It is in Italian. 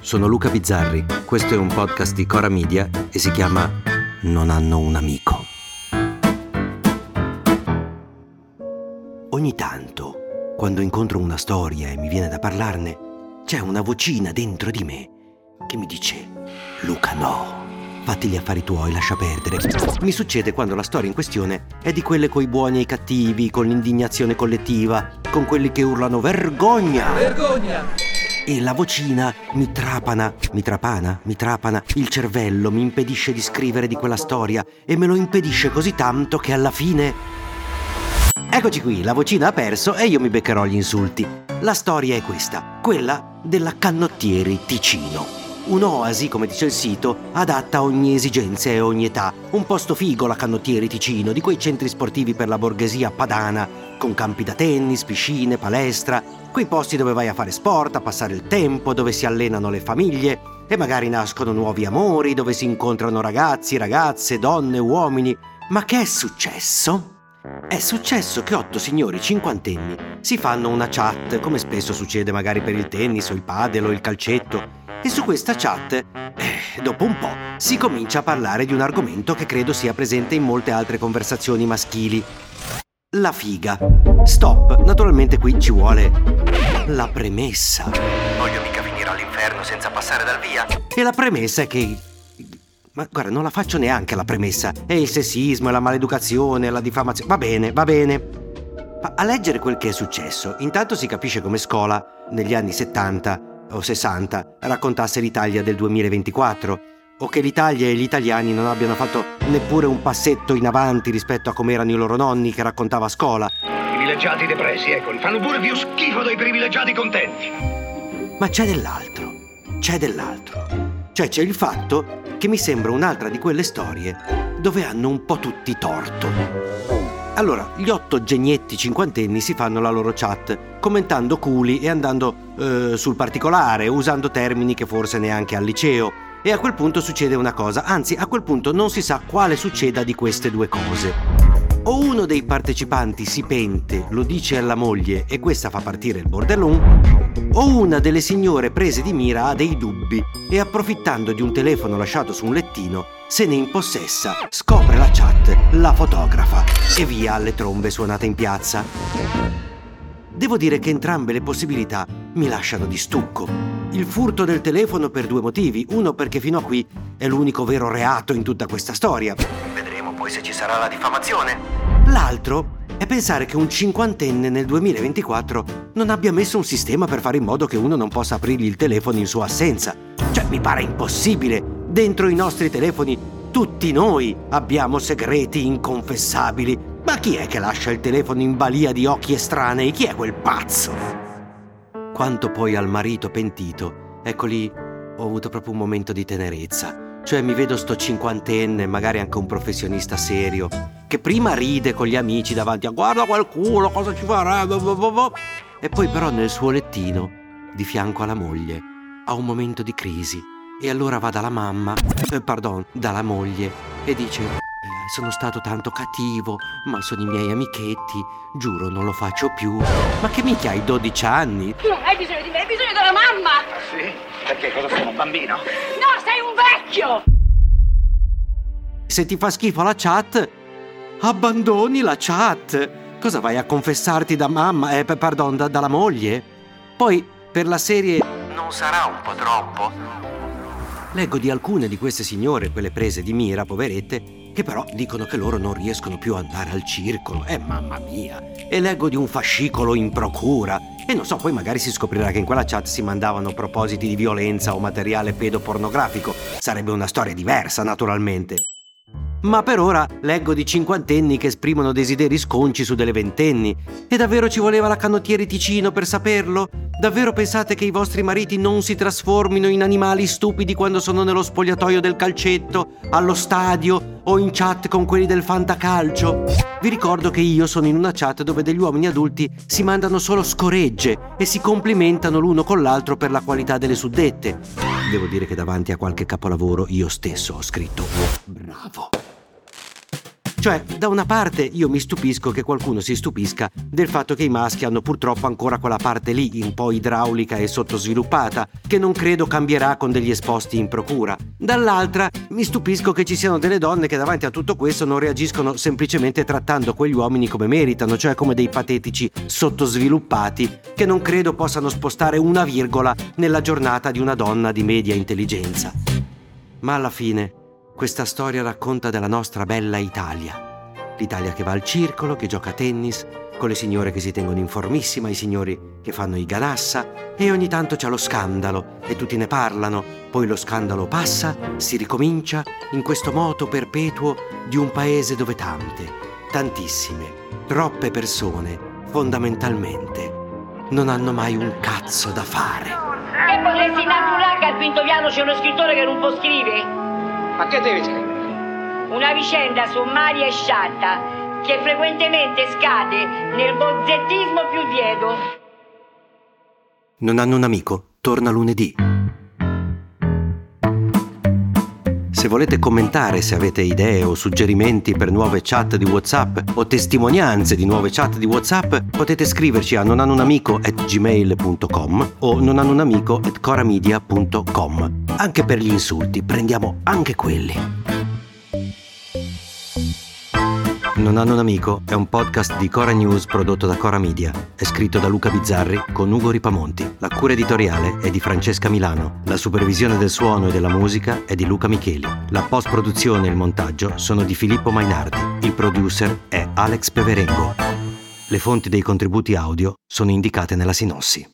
sono Luca Bizzarri, questo è un podcast di Cora Media e si chiama Non hanno un amico. Ogni tanto, quando incontro una storia e mi viene da parlarne, c'è una vocina dentro di me che mi dice: Luca, no, fatti gli affari tuoi, lascia perdere. Mi succede quando la storia in questione è di quelle coi buoni e i cattivi, con l'indignazione collettiva, con quelli che urlano vergogna! Vergogna! E la vocina mi trapana il cervello, mi impedisce di scrivere di quella storia e me lo impedisce così tanto che alla fine... Eccoci qui, la vocina ha perso e io mi beccherò gli insulti. La storia è questa, quella della Cannottieri Ticino. Un'oasi, come dice il sito, adatta a ogni esigenza e ogni età. Un posto figo la Cannottieri Ticino, di quei centri sportivi per la borghesia padana, con campi da tennis, piscine, palestra, quei posti dove vai a fare sport, a passare il tempo, dove si allenano le famiglie e magari nascono nuovi amori, dove si incontrano ragazzi, ragazze, donne, uomini. Ma che è successo? È successo che 8 signori cinquantenni si fanno una chat, come spesso succede magari per il tennis o il padel o il calcetto, e su questa chat, dopo un po', si comincia a parlare di un argomento che credo sia presente in molte altre conversazioni maschili. La figa. Stop, naturalmente qui ci vuole la premessa. Voglio mica finire all'inferno senza passare dal via. E la premessa è che... Ma guarda, non la faccio neanche la premessa. È il sessismo, è la maleducazione, è la diffamazione. Va bene. Ma a leggere quel che è successo, intanto si capisce come Scola, negli anni 70 o 60, raccontasse l'Italia del 2024, o che l'Italia e gli italiani non abbiano fatto neppure un passetto in avanti rispetto a come erano i loro nonni che raccontava Scola. Privilegiati depressi, eccoli, fanno pure più schifo dei privilegiati contenti. Ma c'è dell'altro. Cioè c'è il fatto che mi sembra un'altra di quelle storie dove hanno un po' tutti torto. Allora, gli 8 genietti cinquantenni si fanno la loro chat, commentando culi e andando sul particolare, usando termini che forse neanche al liceo. E a quel punto succede una cosa, anzi a quel punto non si sa quale succeda di queste due cose. O uno dei partecipanti si pente, lo dice alla moglie e questa fa partire il bordellon, o una delle signore prese di mira ha dei dubbi e approfittando di un telefono lasciato su un lettino se ne impossessa, scopre la chat, la fotografa e via alle trombe suonate in piazza. Devo dire che entrambe le possibilità mi lasciano di stucco. Il furto del telefono per 2 motivi. Uno perché fino a qui è l'unico vero reato in tutta questa storia. Vedremo poi se ci sarà la diffamazione. L'altro è pensare che un cinquantenne nel 2024 non abbia messo un sistema per fare in modo che uno non possa aprirgli il telefono in sua assenza. Cioè, mi pare impossibile. Dentro i nostri telefoni tutti noi abbiamo segreti inconfessabili. Ma chi è che lascia il telefono in balia di occhi estranei? Chi è quel pazzo? Quanto poi al marito pentito, ecco lì ho avuto proprio un momento di tenerezza. Cioè mi vedo sto cinquantenne, magari anche un professionista serio, che prima ride con gli amici davanti a guarda quel culo, cosa ci farà, e poi però nel suo lettino, di fianco alla moglie, ha un momento di crisi e allora va dalla dalla moglie e dice sono stato tanto cattivo, ma sono i miei amichetti, giuro non lo faccio più. Ma che minchia, hai 12 anni? Tu non hai bisogno di me, hai bisogno della mamma! Ah sì? Perché cosa sono, un bambino? No, sei un vecchio! Se ti fa schifo la chat, abbandoni la chat. Cosa vai a confessarti da mamma? Dalla moglie? Poi, per la serie non sarà un po' troppo? Leggo di alcune di queste signore, quelle prese di mira, poverette, che però dicono che loro non riescono più ad andare al circolo. Mamma mia! E leggo di un fascicolo in procura. E non so, poi magari si scoprirà che in quella chat si mandavano propositi di violenza o materiale pedopornografico. Sarebbe una storia diversa, naturalmente. Ma per ora leggo di cinquantenni che esprimono desideri sconci su delle ventenni. E davvero ci voleva la Cannottieri Ticino per saperlo? Davvero pensate che i vostri mariti non si trasformino in animali stupidi quando sono nello spogliatoio del calcetto, allo stadio o in chat con quelli del fantacalcio? Vi ricordo che io sono in una chat dove degli uomini adulti si mandano solo scoregge e si complimentano l'uno con l'altro per la qualità delle suddette. Devo dire che davanti a qualche capolavoro io stesso ho scritto bravo. Cioè, da una parte io mi stupisco che qualcuno si stupisca del fatto che i maschi hanno purtroppo ancora quella parte lì, un po' idraulica e sottosviluppata, che non credo cambierà con degli esposti in procura. Dall'altra, mi stupisco che ci siano delle donne che davanti a tutto questo non reagiscono semplicemente trattando quegli uomini come meritano, cioè come dei patetici sottosviluppati che non credo possano spostare una virgola nella giornata di una donna di media intelligenza. Ma alla fine, questa storia racconta della nostra bella Italia. L'Italia che va al circolo, che gioca a tennis, con le signore che si tengono in formissima, i signori che fanno i ganassa, e ogni tanto c'è lo scandalo e tutti ne parlano, poi lo scandalo passa, si ricomincia in questo moto perpetuo di un paese dove tantissime, troppe persone, fondamentalmente, non hanno mai un cazzo da fare. E potresti naturare che al Quintoviano c'è uno scrittore che non può scrivere? Ma che devi scrivere? Una vicenda sommaria e sciatta che frequentemente scade nel bozzettismo più lieto. Non hanno un amico? Torna lunedì. Se volete commentare, se avete idee o suggerimenti per nuove chat di WhatsApp o testimonianze di nuove chat di WhatsApp, potete scriverci a nonhannounamico@gmail.com o nonhannounamico@coramedia.com. Anche per gli insulti, prendiamo anche quelli. Non hanno un amico è un podcast di Cora News prodotto da Cora Media. È scritto da Luca Bizzarri con Ugo Ripamonti. La cura editoriale è di Francesca Milano. La supervisione del suono e della musica è di Luca Micheli. La post-produzione e il montaggio sono di Filippo Mainardi. Il producer è Alex Peverengo. Le fonti dei contributi audio sono indicate nella sinossi.